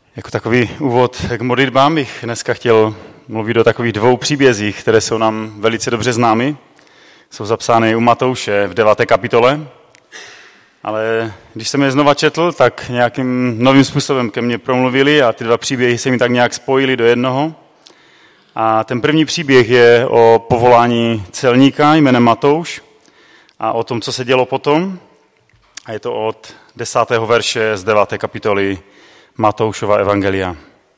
Jako takový úvod k modlitbám bych dneska chtěl mluvit o takových dvou příbězích, které jsou nám velice dobře známy. Jsou zapsány u Matouše v 9. kapitole, ale když jsem je znova četl, tak nějakým novým způsobem ke mně promluvili a ty dva příběhy se mi tak nějak spojily do jednoho. A ten první příběh je o povolání celníka jménem Matouš a o tom, co se dělo potom. A je to od 10. verše z 9. kapitoly Matoušova evangelia.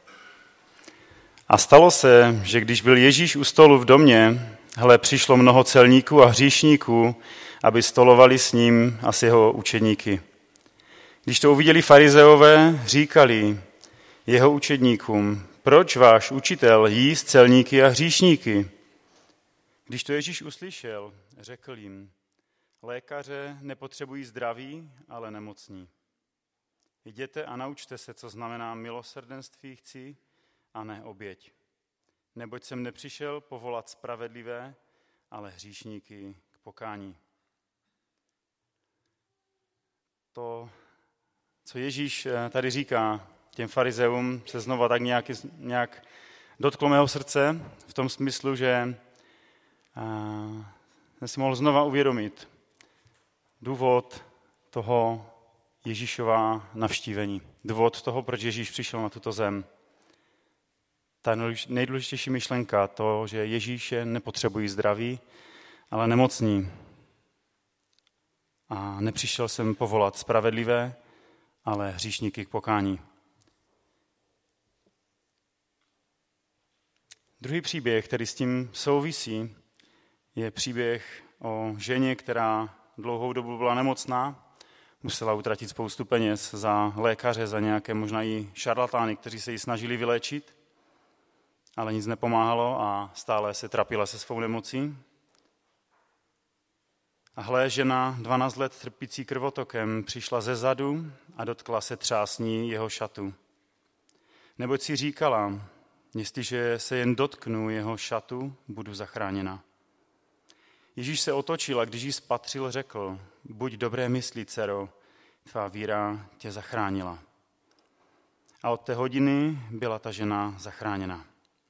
A stalo se, že když byl Ježíš u stolu v domě, přišlo mnoho celníků a hříšníků, aby stolovali s ním a s jeho učedníky. Když to uviděli farizeové, říkali jeho učedníkům: proč váš učitel jí s celníky a hříšníky? Když to Ježíš uslyšel, řekl jim: lékaře nepotřebují zdraví, ale nemocní. Jděte a naučte se, co znamená milosrdenství chci a ne oběť. Neboť jsem nepřišel povolat spravedlivé, ale hříšníky k pokání. To, co Ježíš tady říká těm farizeům, se znova tak nějak dotklo mého srdce v tom smyslu, že jsem si mohl znova uvědomit důvod toho Ježíšova navštívení. Důvod toho, proč Ježíš přišel na tuto zem. Ta nejdůležitější myšlenka, to, že Ježíše nepotřebují zdraví, ale nemocní. A nepřišel jsem povolat spravedlivé, ale hříšníky k pokání. Druhý příběh, který s tím souvisí, je příběh o ženě, která dlouhou dobu byla nemocná, musela utratit spoustu peněz za lékaře, za nějaké možná i šarlatány, kteří se ji snažili vyléčit, ale nic nepomáhalo a stále se trapila se svou nemocí. A žena 12 let trpící krvotokem přišla ze zadu a dotkla se třásní jeho šatu. Neboť si říkala: jestliže se jen dotknu jeho šatu, budu zachráněna. Ježíš se otočil a když ji spatřil, řekl: buď dobré mysli, dcero, tvá víra tě zachránila. A od té hodiny byla ta žena zachráněna.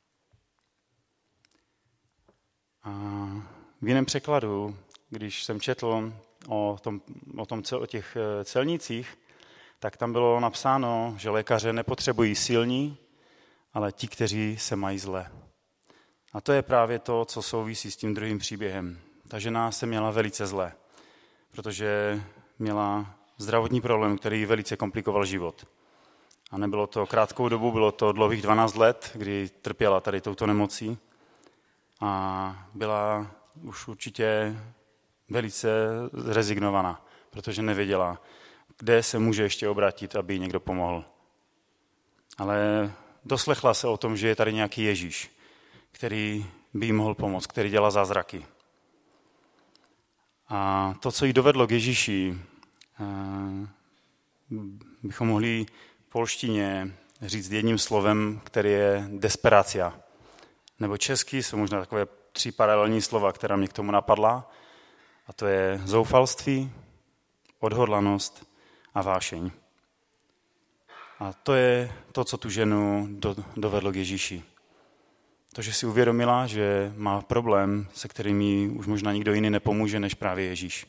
A v jiném překladu, když jsem četl o těch celnících, tak tam bylo napsáno, že lékaře nepotřebují silní, ale ti, kteří se mají zle. A to je právě to, co souvisí s tím druhým příběhem. Ta žena se měla velice zle, protože měla zdravotní problém, který velice komplikoval život. A nebylo to krátkou dobu, bylo to dlouhých 12 let, kdy trpěla tady touto nemocí. A byla už určitě velice rezignovaná, protože nevěděla, kde se může ještě obrátit, aby jí někdo pomohl. Ale doslechla se o tom, že je tady nějaký Ježíš, který by jí mohl pomoct, který dělá zázraky. A to, co jí dovedlo k Ježíši, bychom mohli v polštině říct jedním slovem, který je desperácia. Nebo česky jsou možná takové 3 paralelní slova, která mě k tomu napadla. A to je zoufalství, odhodlanost a vášeň. A to je to, co tu ženu dovedlo k Ježíši. To, že si uvědomila, že má problém, se kterým jí už možná nikdo jiný nepomůže, než právě Ježíš.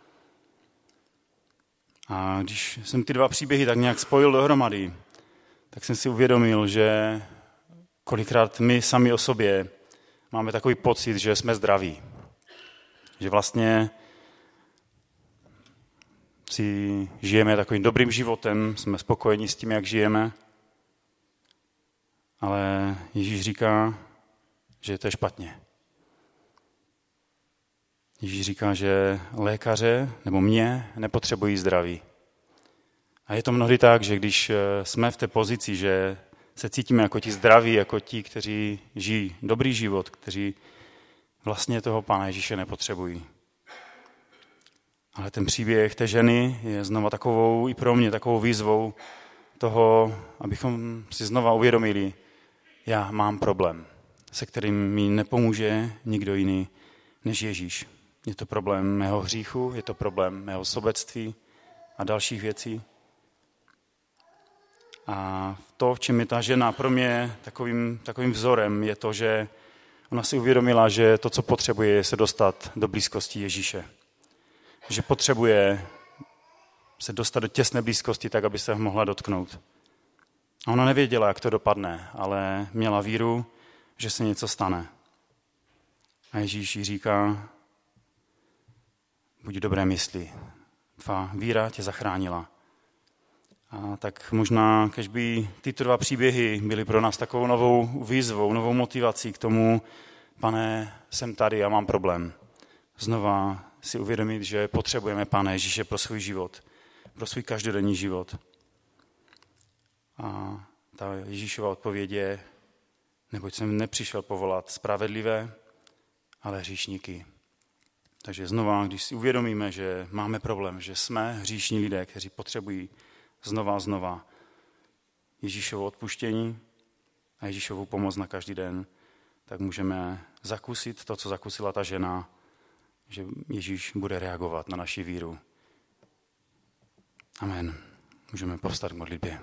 A když jsem ty dva příběhy tak nějak spojil dohromady, tak jsem si uvědomil, že kolikrát my sami o sobě máme takový pocit, že jsme zdraví. Že vlastně si žijeme takovým dobrým životem, jsme spokojeni s tím, jak žijeme, ale Ježíš říká, že to je špatně. Ježíš říká, že lékaře nebo mě nepotřebují zdraví. A je to mnohdy tak, že když jsme v té pozici, že se cítíme jako ti zdraví, jako ti, kteří žijí dobrý život, kteří vlastně toho Pána Ježíše nepotřebují. Ale ten příběh té ženy je znova takovou i pro mě takovou výzvou toho, abychom si znova uvědomili, já mám problém, se kterým mi nepomůže nikdo jiný než Ježíš. Je to problém mého hříchu, je to problém mého sobectví a dalších věcí. A to, v čem je ta žena pro mě takovým vzorem, je to, že ona si uvědomila, že to, co potřebuje, je se dostat do blízkosti Ježíše. Že potřebuje se dostat do těsné blízkosti tak, aby se ho mohla dotknout. A ona nevěděla, jak to dopadne, ale měla víru, že se něco stane. A Ježíš jí říká, buď dobré mysli, tvá víra tě zachránila. A tak možná, kež by tyto dva příběhy byly pro nás takovou novou výzvou, novou motivací k tomu, Pane, jsem tady a mám problém. Znova si uvědomit, že potřebujeme Pána Ježíše pro svůj život, pro svůj každodenní život. A ta Ježíšova odpověď je, neboť jsem nepřišel povolat spravedlivé, ale hříšníky. Takže znova, když si uvědomíme, že máme problém, že jsme hříšní lidé, kteří potřebují znova Ježíšovo odpuštění a Ježíšovu pomoc na každý den, tak můžeme zakusit to, co zakusila ta žena, že Ježíš bude reagovat na naši víru. Amen. Můžeme povstat k modlitbě.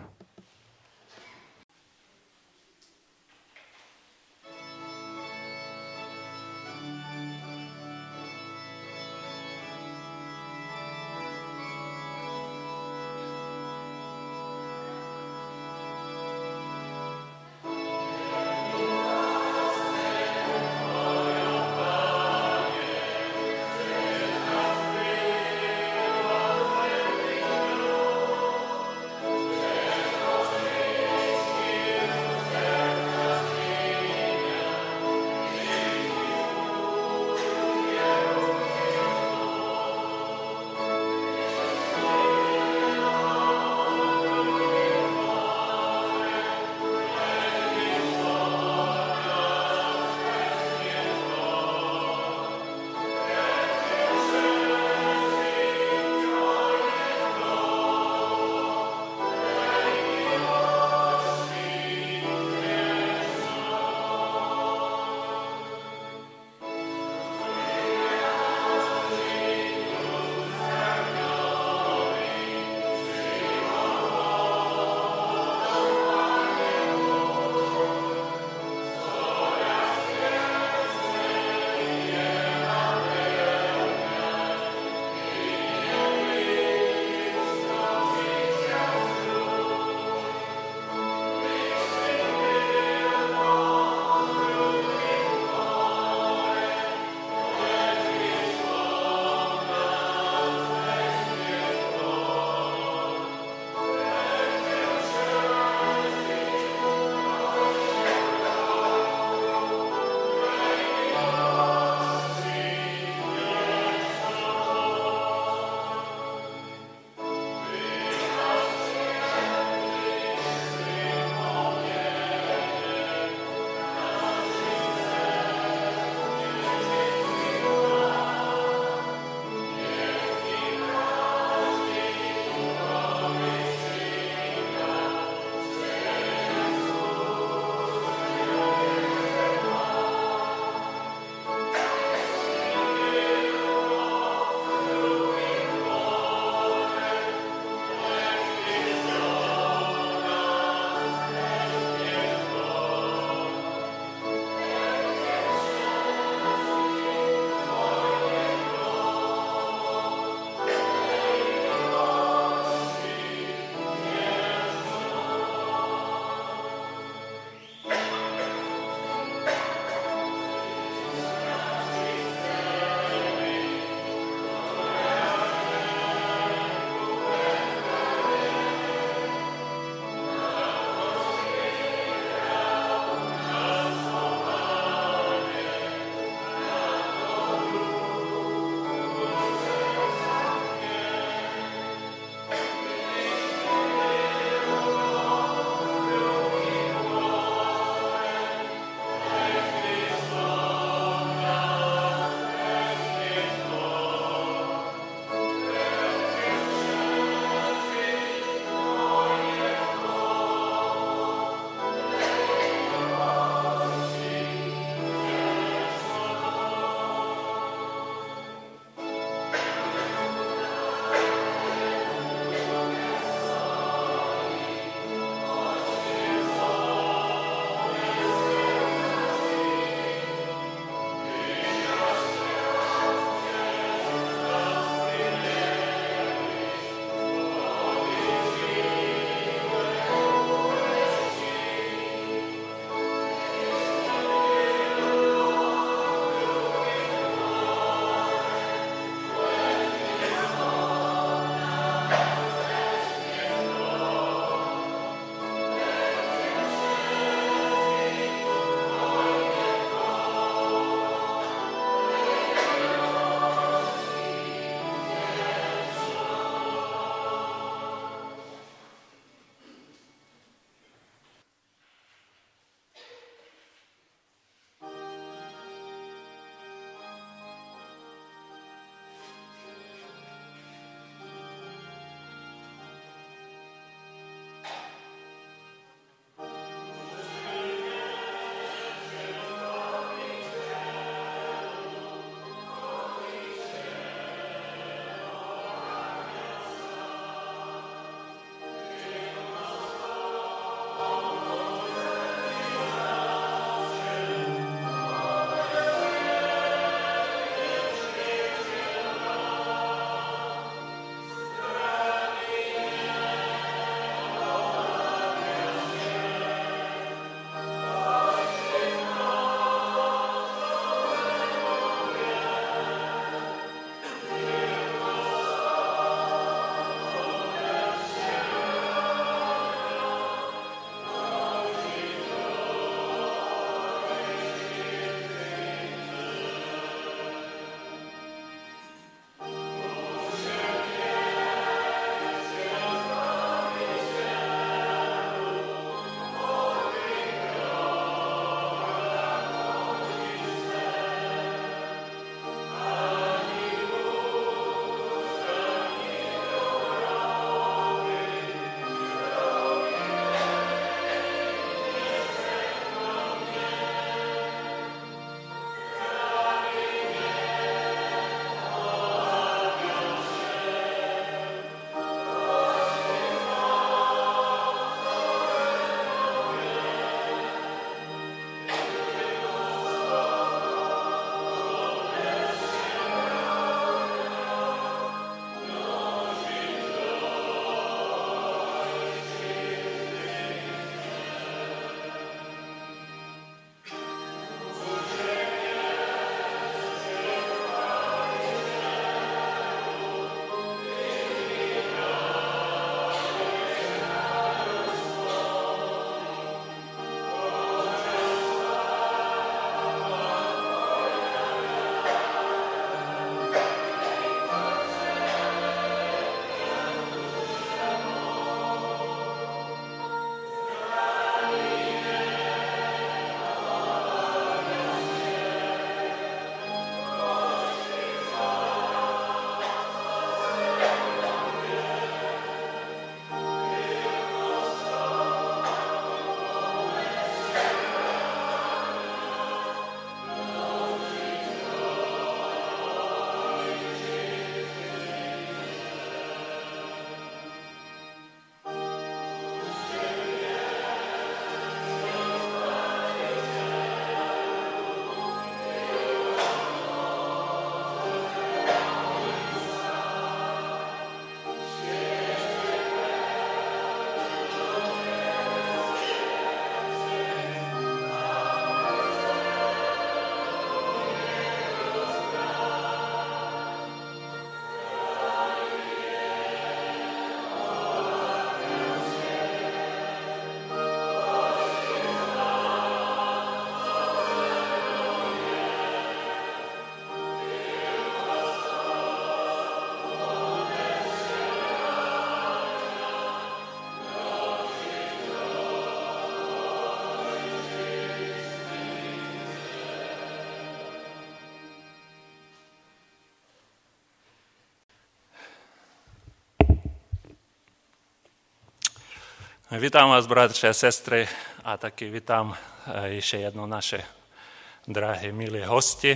Vítám vás, bratři a sestry, a taky vítám ještě jednou naše drahé, milé hosti.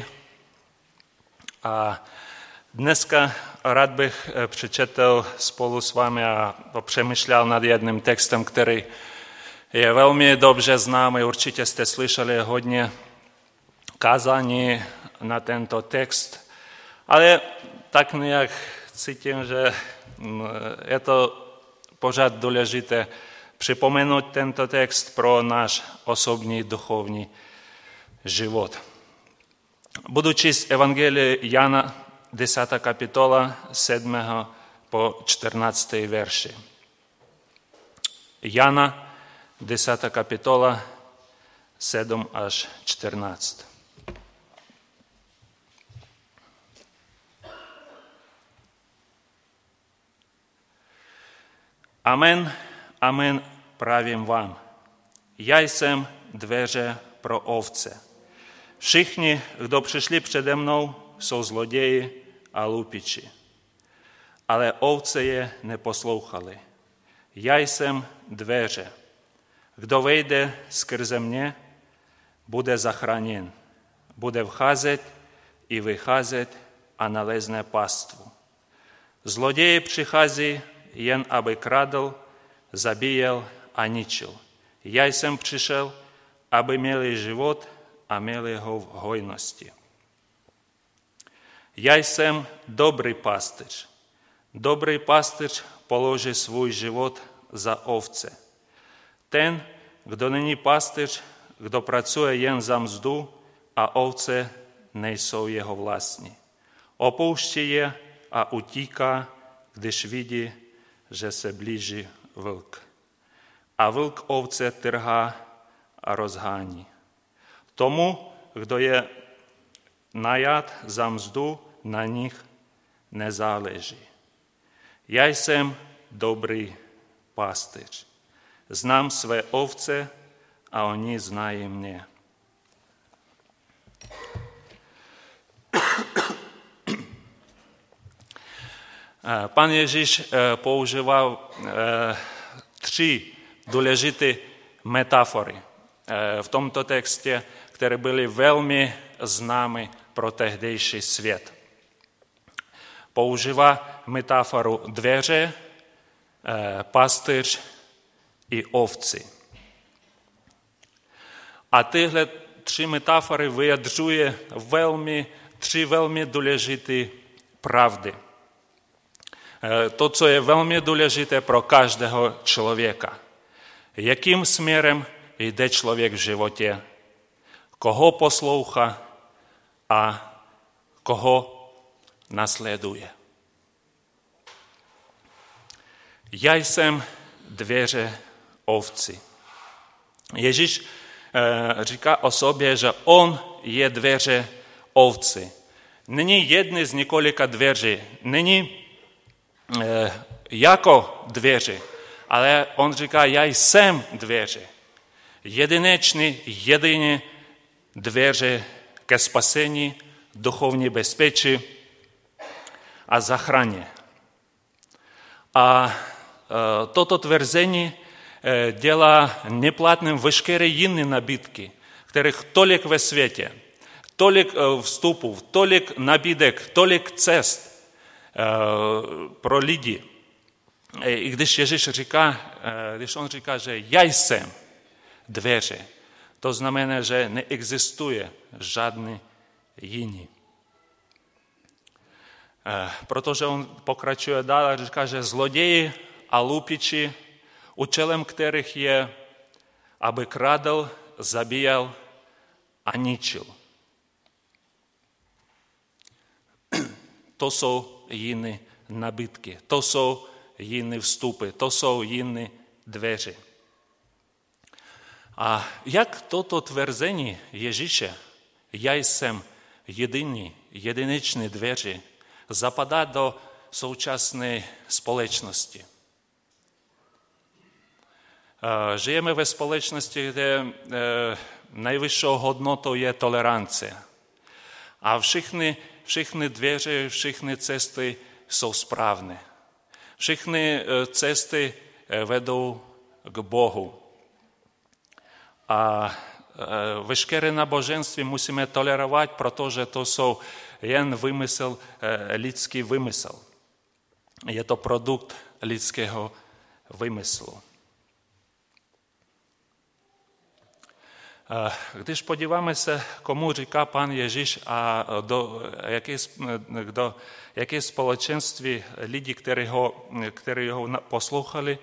A dneska rád bych přečetl spolu s vámi a přemýšlel nad jedním textem, který je velmi dobře známý. Určitě jste slyšeli hodně kázání na tento text, ale tak nějak cítím, že je to pořád důležité připomenout tento text pro náš osobní duchovní život. Budu číst Evangelii Jana, 10. kapitola, 7. po 14. verši. Jana, 10. kapitola, 7 až 14. Amen, amen, pravím vám. Já jsem dveře pro ovce. Všichni, kdo přišli přede mnou, jsou zloději a lupiči. Ale ovce je neposlouchali. Já jsem dveře. Kdo vejde skrze mě, bude zachráněn. Bude vcházet i vycházet a nalezne pastvu. Zloději přichází jen aby kradl, zabíjel a ničil. Já jsem přišel, aby měli život a měli ho v hojnosti. Já jsem dobrý pastýř. Dobrý pastýř položí svůj život za ovce. Ten, kdo není pastýř, kdo pracuje jen za mzdu a ovce nejsou jeho vlastní. Opouští je a utíká, když vidí, že se blíží vlk. A vlk ovce trhá a rozhání. Tomu, kdo je najat za mzdu, na nich nezáleží. Já jsem dobrý pastýř. Znám své ovce a oni znají mě. Pan Ježíš používal 3 důležité metafory v tomto textě, které byly velmi známy pro tehdejší svět. Používá metaforu dveře, pastýř i ovci. A tyhle 3 metafory vyjadřují 3 velmi důležité pravdy. To, co je velmi důležité pro každého člověka. Jakým směrem jde člověk v životě, koho poslouchá a koho nasleduje. Já jsem dveře ovci. Ježíš říká o sobě, že on je dveře ovci. Není jedny z několika dveří, není jako dveře, ale on říká, já jsem dveře. Jediné dveře ke spasení, duchovní bezpečí a zachraně. A toto tvrzení dělá neplatným veškeré jiné nabídky, kterých tolik ve světě, tolik vstupů, tolik nabídek, tolik cest pro lidi. I když Ježíš říká, když on říká, že já jsem dveře, to znamená, že neexistuje žádný jiný. Protože on pokračuje dál a říká, že zloději a lupiči, účelem kterých je, aby kradl, zabíjel a ničil. To jsou jiné nabídky, to jsou jiné vstupy, to jsou jiné dveře. A jak toto tvrzení Ježíše, já jsem jedinečné dveře, zapadá do současné společnosti? Žijeme ve společnosti, kde nejvyššou hodnotou je tolerance. A všechny dveře, všechny cesty jsou správné. Všechny cesty vedou k Bohu. A veškeré náboženství musíme tolerovat, protože to jsou jen vymysl, lidský vymysl. Je to produkt lidského vymyslu. Když podíváme se, komu říká Pán Ježíš a do jaké společenství lidí, kteří ho poslouchali,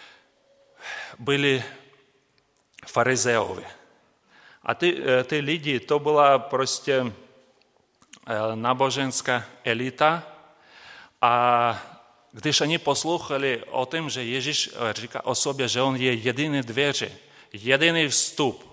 byli farizeovi. A ty lidi, to byla prostě náboženská elita. A když oni poslouchali o tom, že Ježíš říká o sobě, že on je jediný dveře, jediný vstup,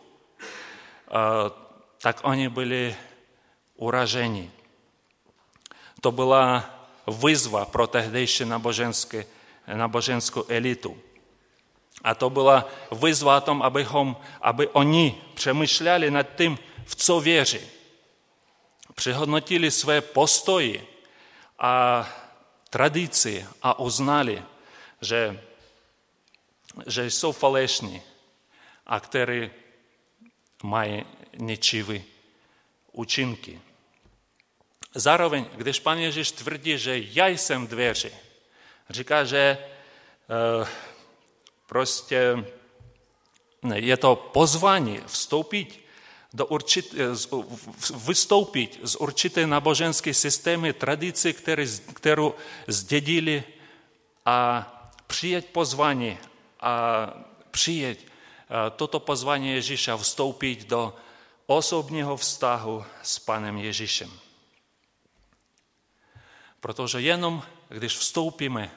tak oni byli uraženi. To byla výzva pro tehdejší náboženskou elitu. A to byla výzva o tom, aby oni přemýšleli nad tím, v co věří. Přehodnotili své postoji a tradici a uznali, že jsou falešní a kteří mají ničivé účinky. Zároveň, když Pán Ježíš tvrdí, že já jsem dveře, říká, že prostě je to pozvání vystoupit z určité náboženské systémy, tradici, kterou zdědili, a přijet pozvání a přijet toto pozvání Ježíša, vstoupit do osobního vztahu s Pánem Ježíšem. Protože jenom když vstoupíme,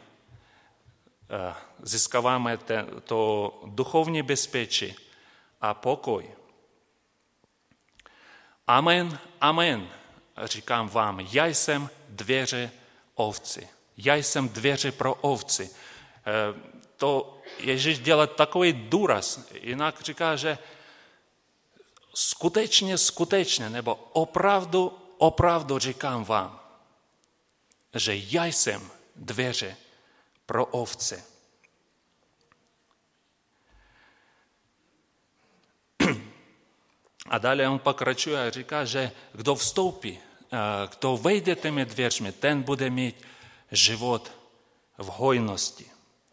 získáváme to duchovní bezpečí a pokoj. Amen, amen, říkám vám, já jsem dveře ovci. Já jsem dveře pro ovci. To Ježíš dělá takový důraz, jinak říká, že skutečně, nebo opravdu říkám vám, že já jsem dveře pro ovce. A dále on pokračuje a říká, že kdo vstoupí, kdo vejde těmi dveřmi, ten bude mít život v hojnosti.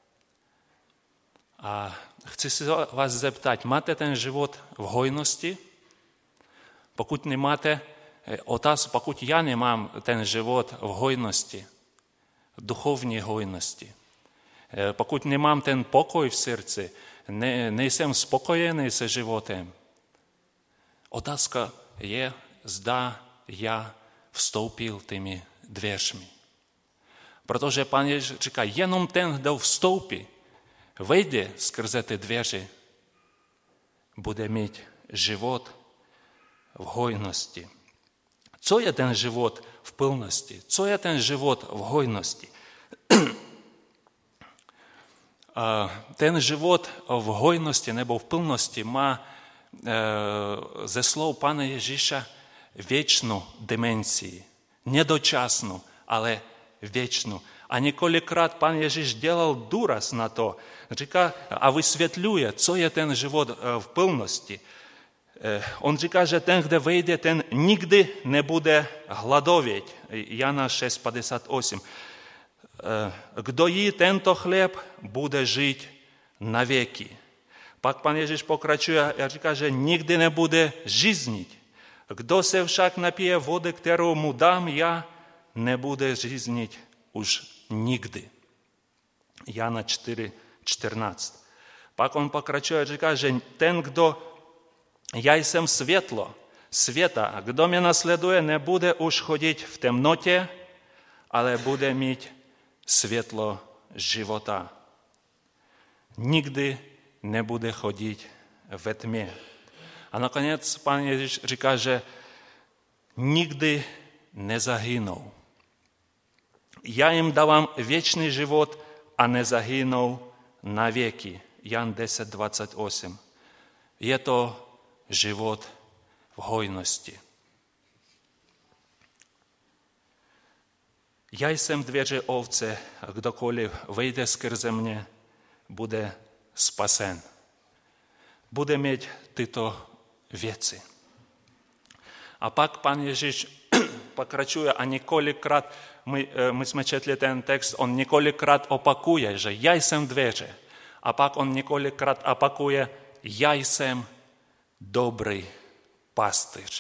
A chci se vás zeptat, máte ten život v hojnosti? Pokud nemáte, pokud já nemám ten život v hojnosti, duchovní hojnosti, pokud nemám ten pokoj v srdci, nejsem spokojený se životem, otázka je, zda já vstoupil těmi dveřmi. Protože Pán Ježíš říká, jenom ten, kdo vstoupí, vejde skrze ty dveře, bude mít život v hojnosti. Co je ten život v plnosti? Co je ten život v hojnosti? Ten život v hojnosti nebo v plnosti má ze slov Pána Ježíša věčnou dimenzii. Nedočasnou, ale věčnou. A několikrát Pán Ježíš dělal důraz na to. Říká a vysvětluje, co je ten život v plnosti. On říká, že ten, kde vejde, ten nikdy nebude hladovět. Jana 6:58. Kdo jí tento chléb, bude žít na věky. Pak Pán Ježíš pokračuje a říká, že nikdy nebude žíznit. Kdo se však napije vody, kterou mu dám já, nebude žíznit už nikdy. Jana 4:14. Pak on pokračuje a říká, že ten, já jsem světlo světa, a kdo mě nasleduje, nebude už chodit v temnotě, ale bude mít světlo života. Nikdy nebude chodit ve tmě. A nakonec Pán Ježíš říká, že nikdy nezahynou. Já jim dávám věčný život a nezahynou na věky. Jan 10:28. Je to život v hojnosti. Já jsem dveře ovce a kdokoliv vejde skrze mě, bude spasen. Bude mít tyto věci. A pak Pán Ježíš pokračuje a několikrát, my jsme četli ten text, on několikrát opakuje, že já jsem dveře. A pak on několikrát opakuje, já jsem dobrý pastýř.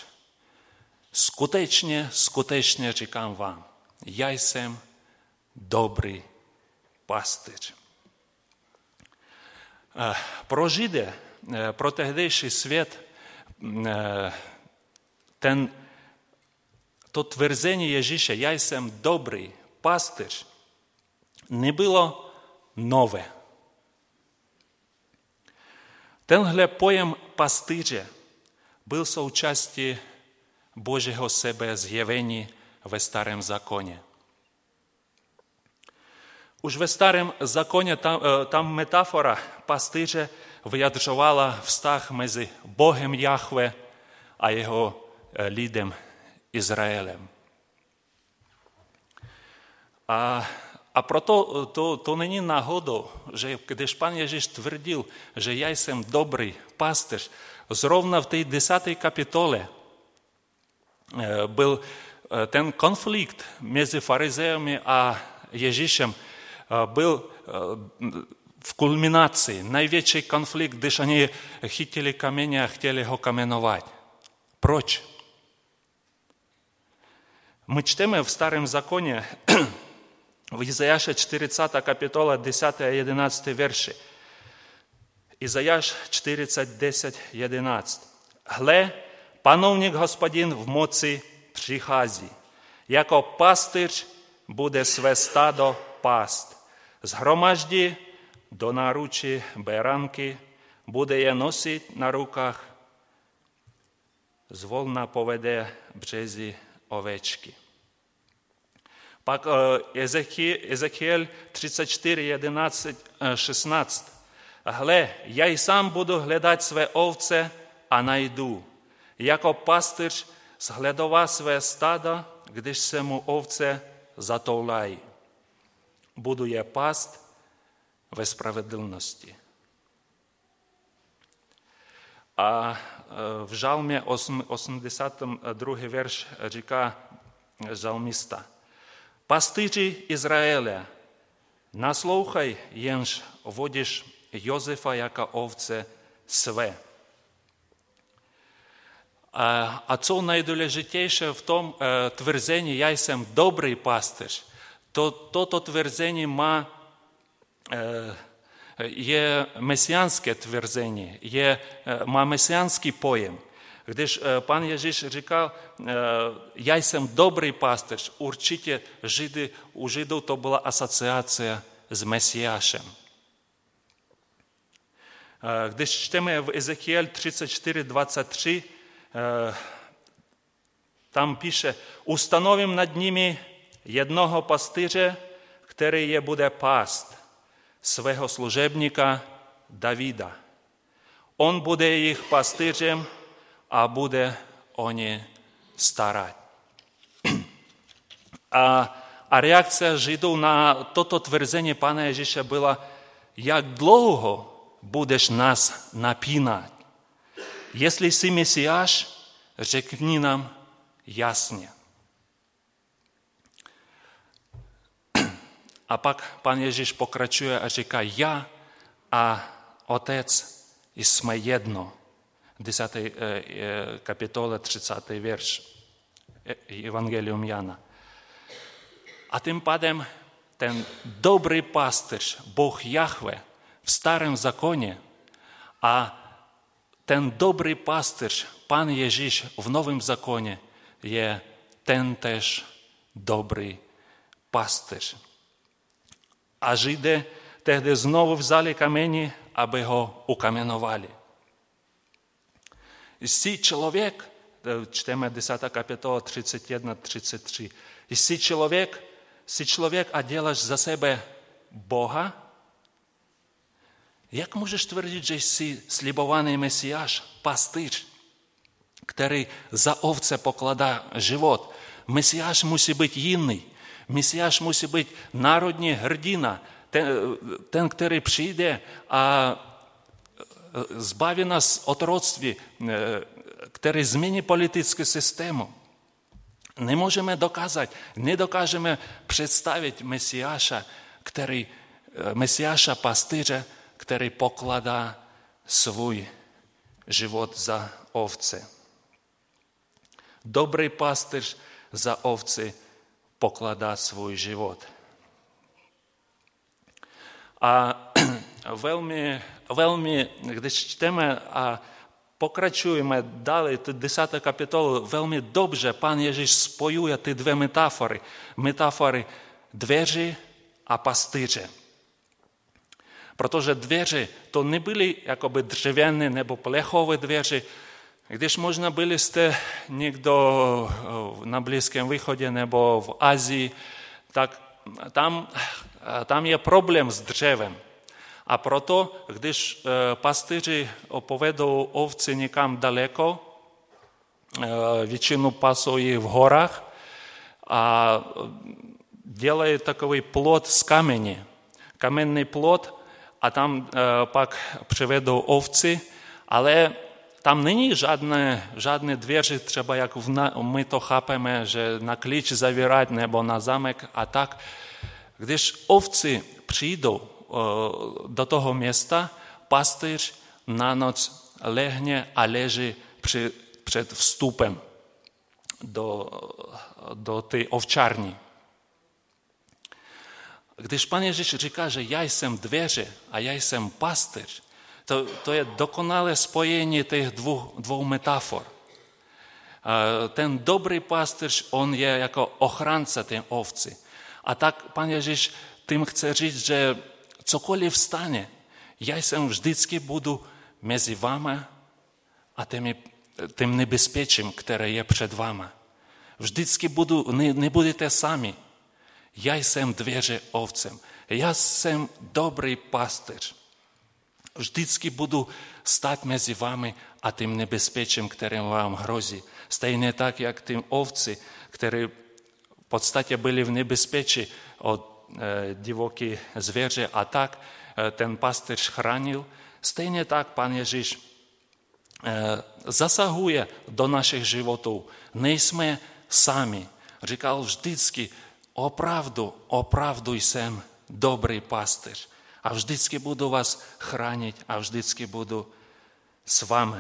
Skutečně říkám vám, já jsem dobrý pastýř. Pro Židy, pro tehdejší svět, to tvrzení Ježíše, já jsem dobrý pastýř, nebylo nové. Tenhle pojem pastýře byl součástí Božího sebezjevení ve Starém zákoně. Už ve Starém zákoně tam metafora pastýře vyjadřovala vztah mezi Bohem Jahve a jeho lidem Izraelem. A proto to není náhodou, že když Pán Ježíš tvrdil, že já jsem dobrý pastýř, zrovna v té 10. kapitole byl ten konflikt mezi farizeemi a Ježíšem, byl v kulminaci, největší konflikt, když oni chytili kameně a chtěli ho kamenovat. Proč? My čteme v Starém zákoně v Izajáše 40. kapitola 10. a 11. verši. Izajáš 40, 10, 11. Hle, panovník Hospodin v moci přichází. Jako pastýř bude své stádo pást. Zhromaždí do náručí beránky, bude je nosit na rukách, zvolna povede březí ovečky. Pak Ezechiel 34, 11, 16. Hle, já i sám budu hledat své ovce a najdu. Jako pastýř shledová své stáda, když se mu ovce zatoulají. Budu je pást ve spravedlnosti. A v žalmě 82. verš říká žalmista. Pastýři Izraele, naslouchaj, jenž vodíš Josefa jako ovce své. A co nejdůležitější v tom tvrzení, já jsem dobrý pastýř, toto tvrzení je mesiánské tvrzení, má mesiánský pojem. Když Pán Ježíš říkal, já jsem dobrý pastýř, určitě u Židů to byla asociace s Mesiášem. Když čteme v Ezechiel 34, 23, tam píše, ustanovím nad nimi jednoho pastýře, který je bude pást, svého služebníka Davida. On bude jejich pastýřem a bude o ně starat. A reakce Židů na toto tvrzení Pána Ježíše byla, jak dlouho budeš nás napínat. Jestli jsi Mesiáš, řekni nám jasně. A pak Pán Ježíš pokračuje a říká, já a Otec jsme jedno. 10. kapitole 30. verš Evangelium Jana. A tím pádem ten dobrý pastýř, Bůh Jahve v Starém zákoně a ten dobrý pastýř, Pán Ježíš v Novém zákoně je tentéž dobrý pastýř. A Židé tehdy znovu vzali kameny, aby ho ukamenovali. Jsi člověk, čteme 10. kapitola 31-33, jsi člověk a děláš za sebe Boha? Jak můžeš tvrdit, že jsi slibovaný Mesiáš, pastýř, který za ovce pokladá život? Mesiáš musí být jiný. Mesiáš musí být národní hrdina, ten, který přijde a zbaví nás od rodství, který změní politický systém. Nedokážeme představit Mesiáša pastýře, který pokládá svůj život za ovce. Dobrý pastýř za ovci pokládá svůj život. A velmi, když čteme a pokračujeme dále, 10. kapitolu, velmi dobře Pán Ježíš spojuje ty dvě metafory. Metafory dveří a pastýře. Protože dveře to nebyly jakoby dřevěné nebo plechové dveře. Když možná byli jste někdo na Blízkém východě nebo v Asii, tak tam je problém s dřevem. A proto, když pastýři povedou ovci někam daleko, většinu pasují v horách a dělají takový plot z kamene. Kamenný plot a tam pak přivedou ovci, ale tam není žádné dveře, třeba jak my to chápeme, že na klíč zavírat nebo na zámek a tak. Když ovci přijdou do toho města, pastýř na noc lehne a leží před vstupem do té ovčárny. Když Pán Ježíš říká, že já jsem dveře a já jsem pastýř, to je dokonalé spojení těch dvou metafor. Ten dobrý pastýř, on je jako ochránce té ovci. A tak Pán Ježíš tím chce říct, že cokoliv stane, já jsem vždycky budu mezi vámi a tím nebezpečím, které je před vámi. Vždycky nebudete sami. Já jsem dveře ovcem. Já jsem dobrý pastýř. Vždycky budu stát mezi vámi a tím nebezpečím, kterým vám hrozí. Stejně tak, jak tím ovci, které v podstatě byli v nebezpečí od divoké zvěře a tak ten pastýř chránil. Stejně tak Pán Ježíš zasahuje do našich životů. Nejsme sami. Říkal vždycky, opravdu jsem dobrý pastýř. A vždycky budu vás chránit a vždycky budu s vámi.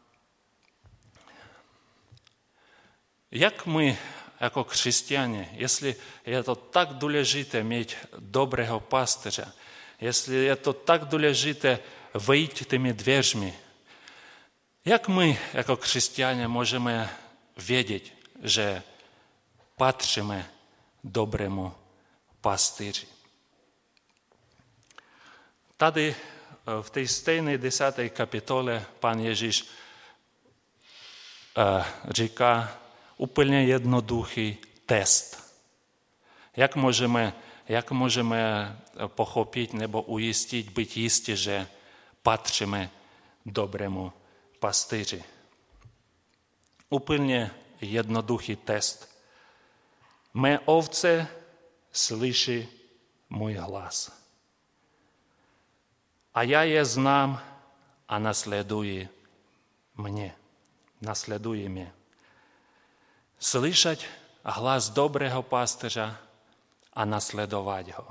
Jak my jako křesťané, jestli je to tak důležité mít dobrého pastýře, jestli je to tak důležité vejít těmi dveřmi, jak my jako křesťané můžeme vědět, že patříme dobrému pastýři? Tady v té stejné 10. kapitole Pán Ježíš říká úplně jednoduchý test. Jak můžeme pochopit nebo ujistit, být jistí, že patříme dobrému pastýři? Úplně jednoduchý test. Mé ovce slyší můj hlas. A já je znám a nasledují mě. Slyšet hlas dobrého pastýře a nasledovat ho.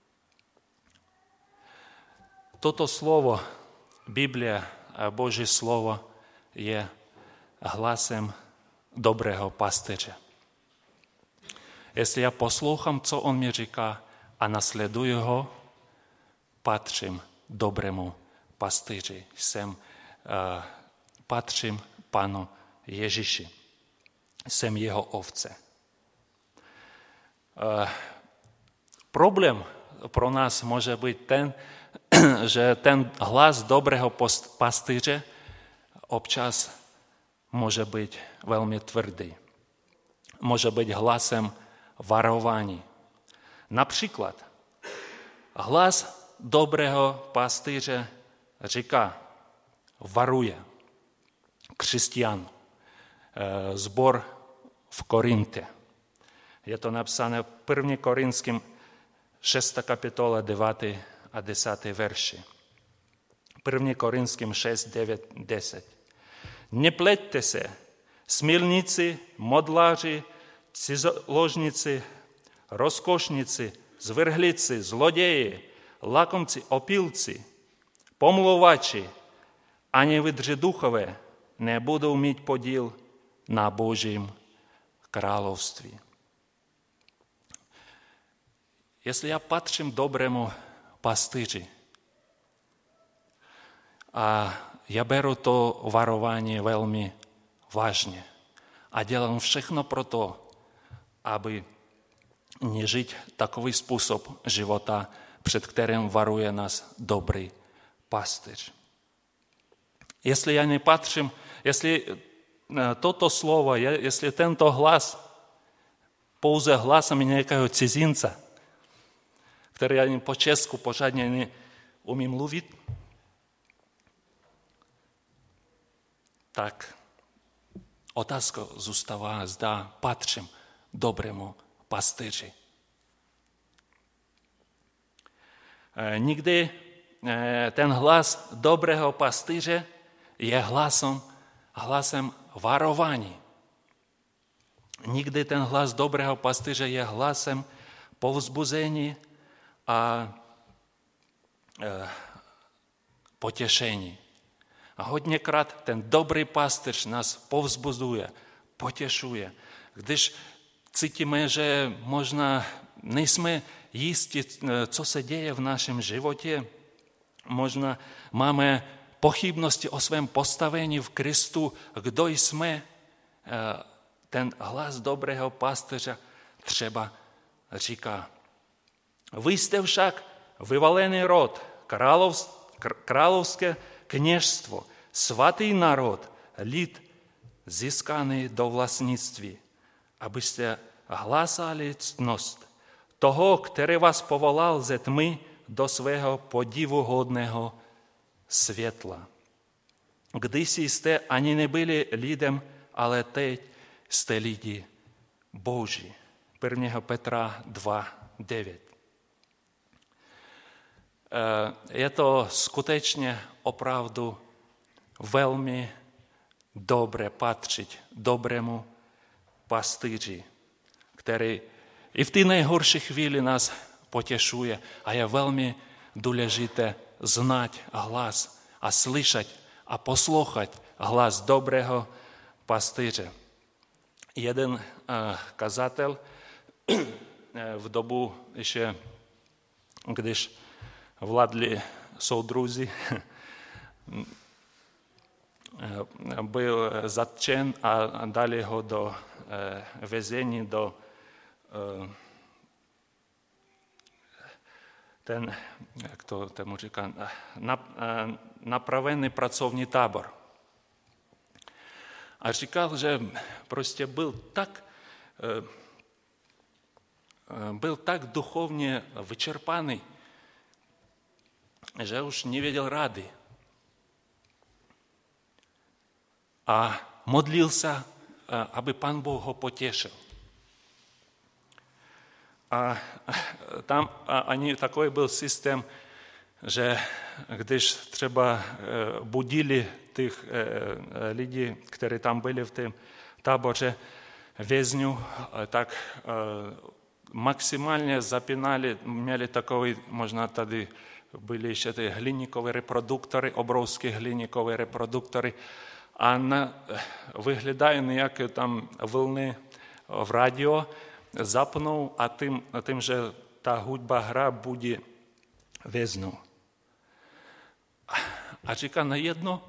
Toto slovo, Biblia, Boží slovo, je hlasem dobrého pastýře. Jestli já poslouchám, co on mi říká a nasleduji ho, patřím dobrému pastýři. Patřím Panu Ježíši. Jsem jeho ovce. Problém pro nás může být ten, že ten hlas dobrého pastýře občas může být velmi tvrdý. Může být hlasem varování. Například hlas dobrého pastýře říká, varuje křesťan, sbor v Korintě. Je to napsáno 1. Korinským 6 kapitola, 9 a 10 verši. 1 Korinským 6, 9, 10. Nepleťte se, smilníci, modláři, cizoložníci, rozkošníci, zvrhlíci, zloději, lakomci, opilci, pomlouvači a nevydře duchové nebudou mít podíl na Božím království. Jestli já patřím dobrému pastýři a já beru to varování velmi vážně a dělám všechno pro to, aby nežít takový způsob života, před kterým varuje nás dobrý pastýř. Jestli já nepatřím, jestli toto slovo, jestli tento hlas pouze hlasem nějakého cizince, který ani po česku pořádně neumí mluvit, tak otázka zůstává, zda patřím dobrému pastýři. Nikdy ten hlas dobrého pastýře je hlasem varování. Nikdy ten hlas dobrého pastýře je hlasem povzbuzení a potěšení. A hodněkrát ten dobrý pastýř nás povzbuzuje, potěšuje. Když cítíme, že možná nejsme jistí, co se děje v našem životě, možná máme pochybnosti o svém postavení v Kristu, kdo jsme, ten hlas dobrého pastýře třeba říká: Vy jste však vyvolený rod, královské kněžstvo, svatý národ, lid získaný do vlastnictví, abyste hlásali ctnost toho, který vás povolal ze tmy do svého podivuhodného světla. Kdysi jste ani nebyli lidem, ale teď jste lidi Boží. 1. Petra 2, 9. Je to skutečně opravdu velmi dobré patřit dobrému pastýři, který i v té nejhorší chvíli nás potěšuje a je velmi důležité znát hlas a slyšet a poslouchat hlas dobrého pastýře. Jeden kazatel v dobu ještě, když vládli soudruzi, byl zatčen a dali ho do vězení, do ten, jak to tomu říká, napravený pracovní tábor. A říkal, že prostě byl tak duchovně vyčerpaný, že už nevěděl rady. A modlil se, aby Pán Bůh ho potěšil. A tam ani takový byl systém, že když třeba budili těch lidí, kteří tam byli v tom táboře vězňů, tak maximálně zapínali, měli takový, možná tady byly ještě ty hliníkové reproduktory, obrovské hliníkové reproduktory, a vyhledají nějaké tam vlny v rádio, zapnou a tím, že ta hudba hra, budí vězňů. A říká, najednou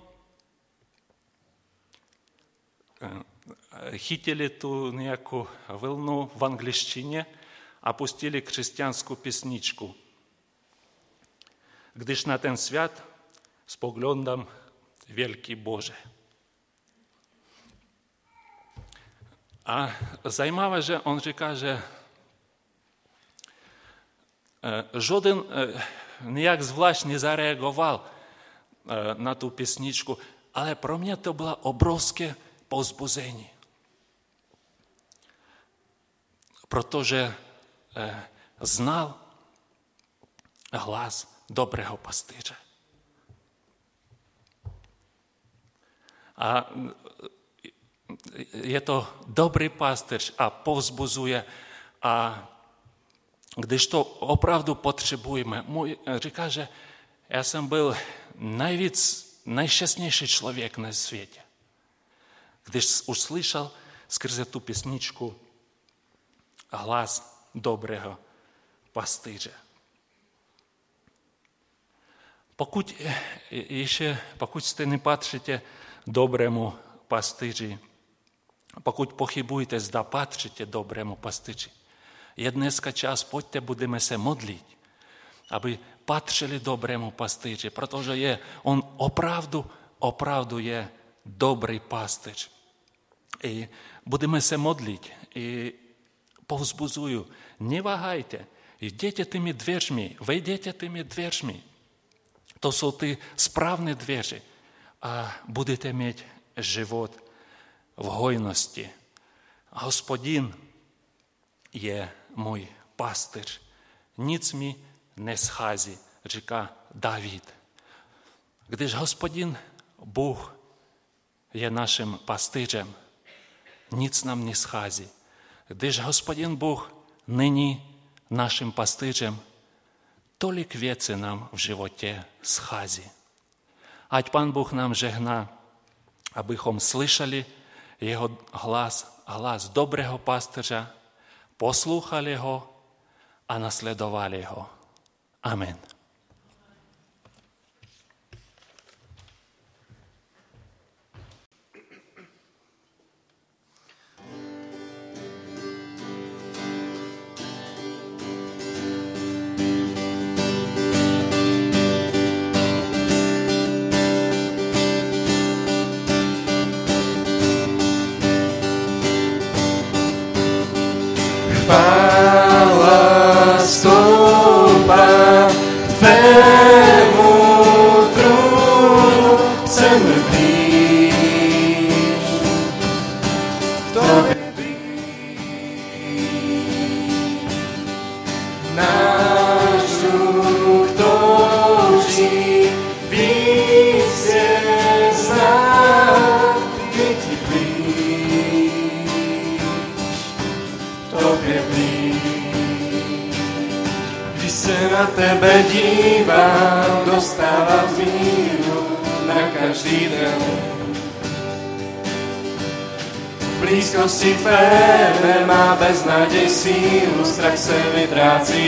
chytili tu nějakou vlnu v angličtině a pustili křesťanskou písničku. Když na ten svět spoglądam, wielki Bože. A zajímavé, že on říká, že žádný nějak zvlášť nezareagoval na tu písničku, ale pro mě to bylo obrovské povzbuzení. Protože znal, hlas dobrého pastýře. A je to dobrý pastýř a povzbuzuje. A když to opravdu potřebujeme, říká, že já jsem byl nejšťastnější člověk na světě. Když uslyšel skrze tu písničku hlas dobrého pastýře. Pokud jste nepatříte dobrému pastýři, pokud pochybujete, zda patříte dobrému pastýři, je dneska čas, pojďte, budeme se modlit, aby patřili dobrému pastýři, protože on opravdu je dobrý pastýř. I budeme se modlit i povzbuzuju, neváhajte, jděte těmi dveřmi, vejděte těmi dveřmi. To jsou ty správné dveře a budete mít život v hojnosti. Hospodin je můj pastýř, nic mi neschází, říká David. Když Hospodin Bůh je naším pastýřem, nic nám neschází. Když Hospodin Bůh není naším pastýřem, tolik věcí nám v životě schází. Ať Pán Bůh nám žehná, abychom slyšeli jeho hlas dobrého pastýře, poslouchali ho a nasledovali ho. Amen. Chvála stoupá k tvému trůnu, chceme blíž k tobě blíž. Náš duch touží víc je znát, být ti blíž, k tobě blíž. Když se na tebe dívám, dostávám míru na každý den. V blízkosti tvé nemá beznaděj sílu, strach se vytrácí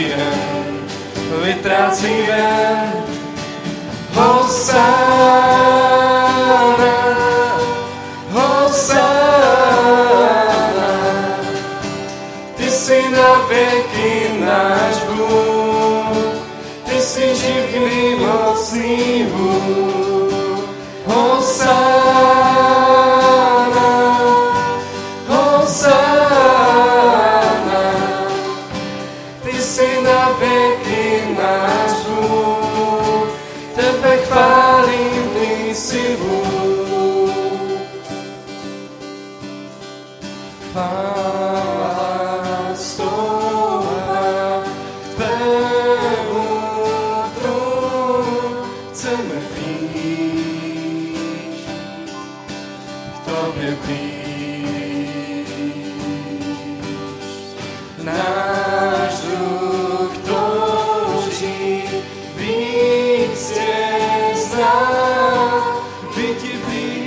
ven. Hosanna, Hosanna, ty jsi na věky náš Bůh, ty jsi živý, mocný Bůh. Hosanna, Hosanna, ty jsi na věky náš Bůh, tebe chválím, ty jsi Bůh. Chvála stoupá k tvému trůnu, chceme blíž k tobě blíž. Náš duch touží víc je znát, být ti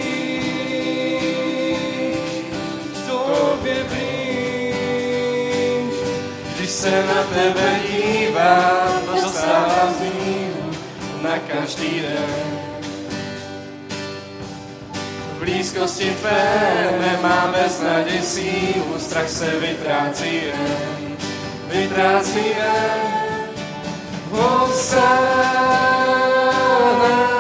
blíž, k tobě blíž. Když se na tebe dívám, dostávám míru na každý den. V blízkosti tvé nemám beznaděj sílu, strach se vytrácí ven. Hosanna,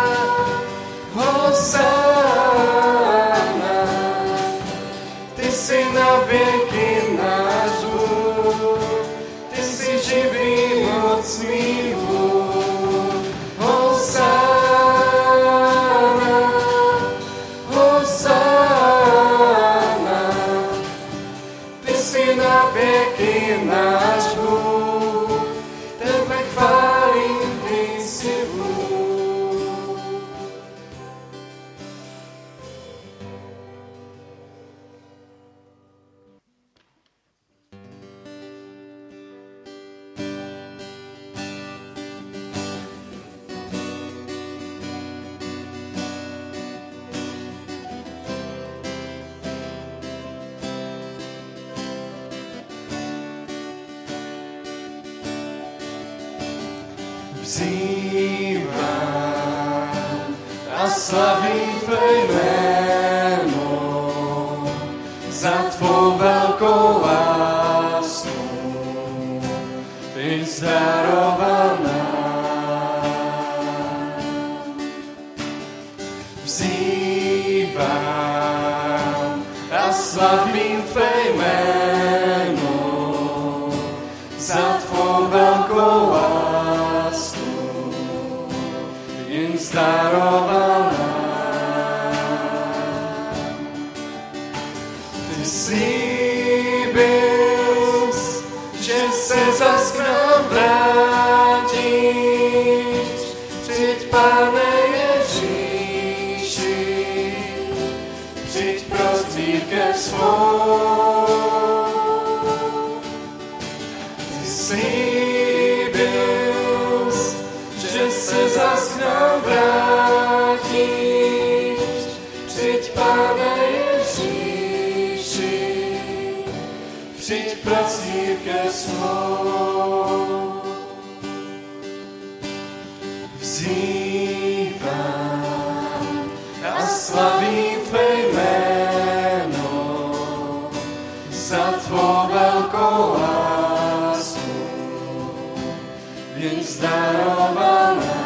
Hosanna, ty jsi na věky náš Bůh, ty jsi živý, mocný Bůh. Hosanna, Hosanna, ty jsi na věky náš Bůh, tebe chválím, Vzývám a slavím tvé jméno za tvou velkou lásku, jsi darovaná. Vzývám a slavím tvé jméno za tvou velkou lásku, jen darovaná. Ty slíbil, že se zas k nám vrátíš, přijď, Pane Ježíši, přijď pro církev svou. Ty slíbil, že se zas k nám vrátíš, přijď, Pane Ježíši, přijď pro církev svou. Vzývám a slavím tvé jméno za tvou velkou lásku, jen darovaná.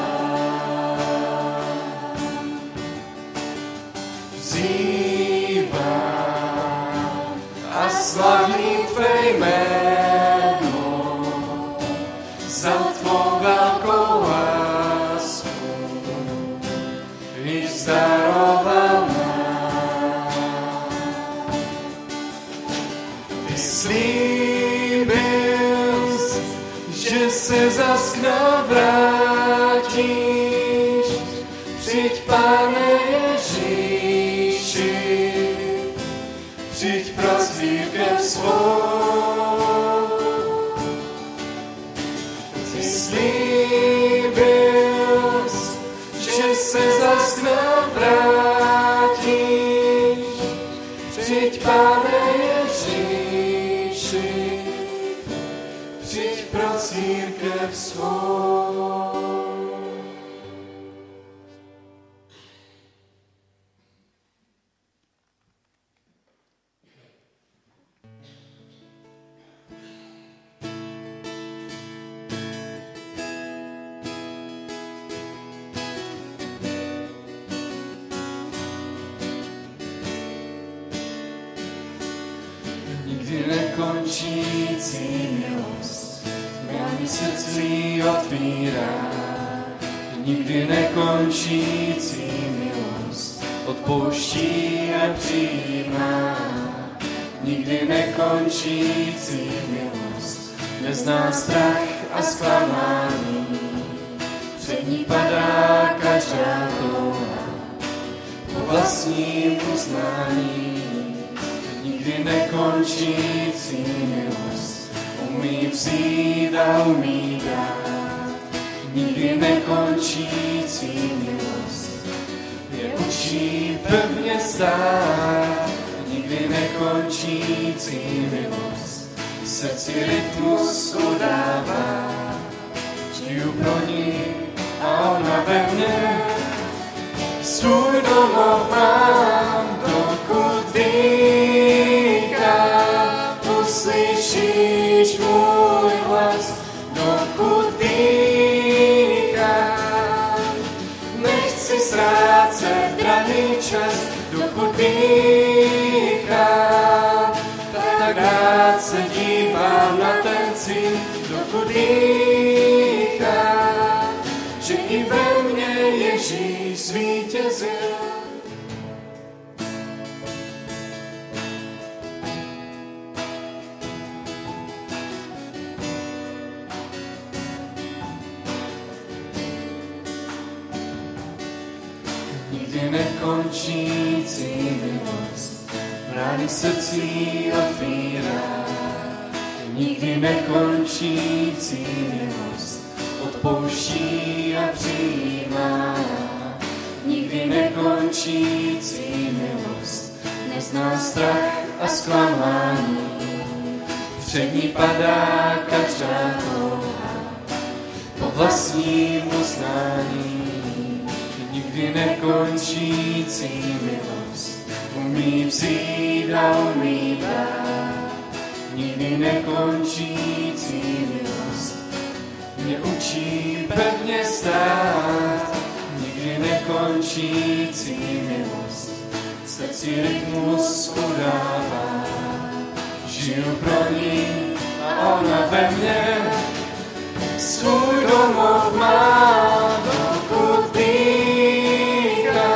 Vzývám a slavím tvé jméno za tvou velkou lásku, jsi darovaná. Ty slíbil, že se zas k nám vrátíš, přijď, Pane Ježíši, přijď pro církev svou. Ty slíbil, že se zas k nám vrátíš, přijď, Pane Ježíši, přijď pro církev svou. Nikdy nekončící milost brány srdcí otvírá. Nikdy nekončící milost odpouští a přijímá. Nikdy nekončící milost nezná strach a zklamání. Před ní padá každá touha po vlastním uznání. Nikdy nekončící milost umí vzít a umí dát. Nikdy nekončící milost je učí pevně stát. Nikdy nekončící milost srdci rytmus udává. Žiju pro ní a ona ve mně svůj domov mám, dokud dýchám. Uslyšíš můj hlas, dokud dýchám. Nechci ztrácet drahý čas, dokud dýchám. Tak rád se dívám na ten cíl, dokud dýchám. Že i ve mně Ježíš zvítězil. Nikdy nekončící milost brány srdcí otvírá. Nikdy nekončící milost odpouští a přijímá. Nikdy nekončící milost nezná strach a zklamání. Před ní padá každá touha po vlastním poznání, nikdy nekončící milost umí přijít a umí dát. Nikdy nekončící milost mě učí pevně stát. Nikdy nekončící milost srdci rytmus udává. Žiju pro ní a ona ve mně svůj domov má, dokud dýchá.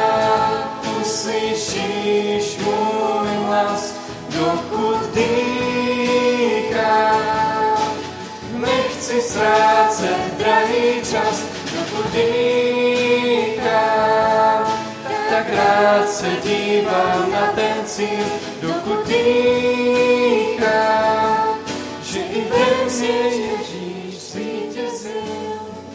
Uslyšíš můj hlas, dokud dýchá. Nechci ztrácet drahý čas, dokud dýchá. Tak rád se dívám na ten cíl, dokud dýchá. Že i ve mně Ježíš zvítězil.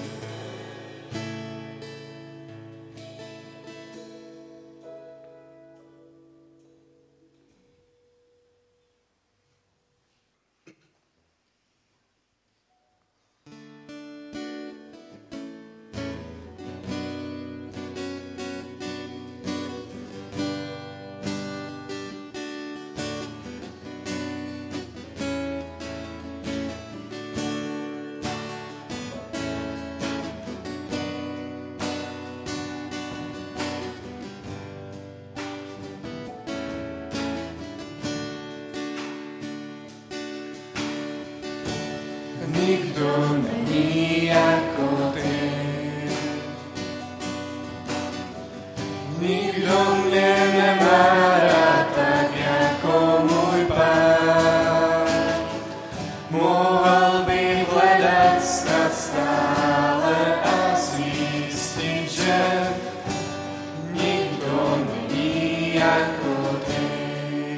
Nikdo není jako ty. Nikdo mě nemá rád tak jako můj Pán. Mohl bych hledat snad stále a zjistit, že nikdo není jako ty.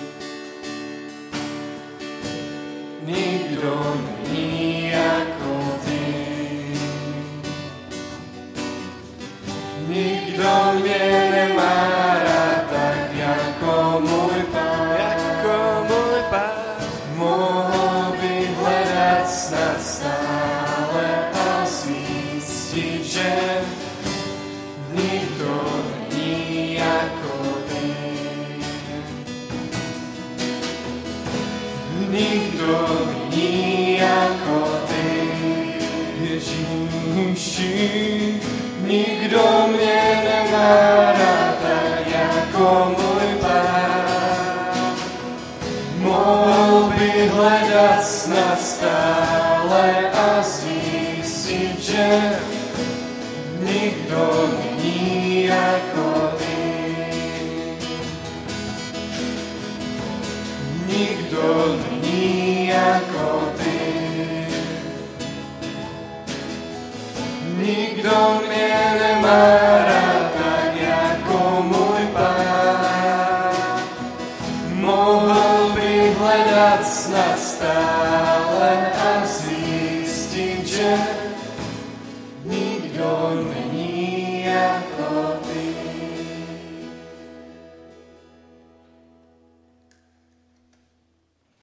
Nikdo není jako ty. Nikdo mě nemá rád tak jako můj Pán. Jako můj Pán. Mohl bych hledat snad stále a zjistit, že nikdo není jako ty. Nikdo není jako ty, Ježíši. Nikdo mě nemá rád tak jako můj Pán. Mohl bych hledat snad stále a zjistit, že nikdo není jako ty. Nikdo není jako ty. Nikdo mě nemá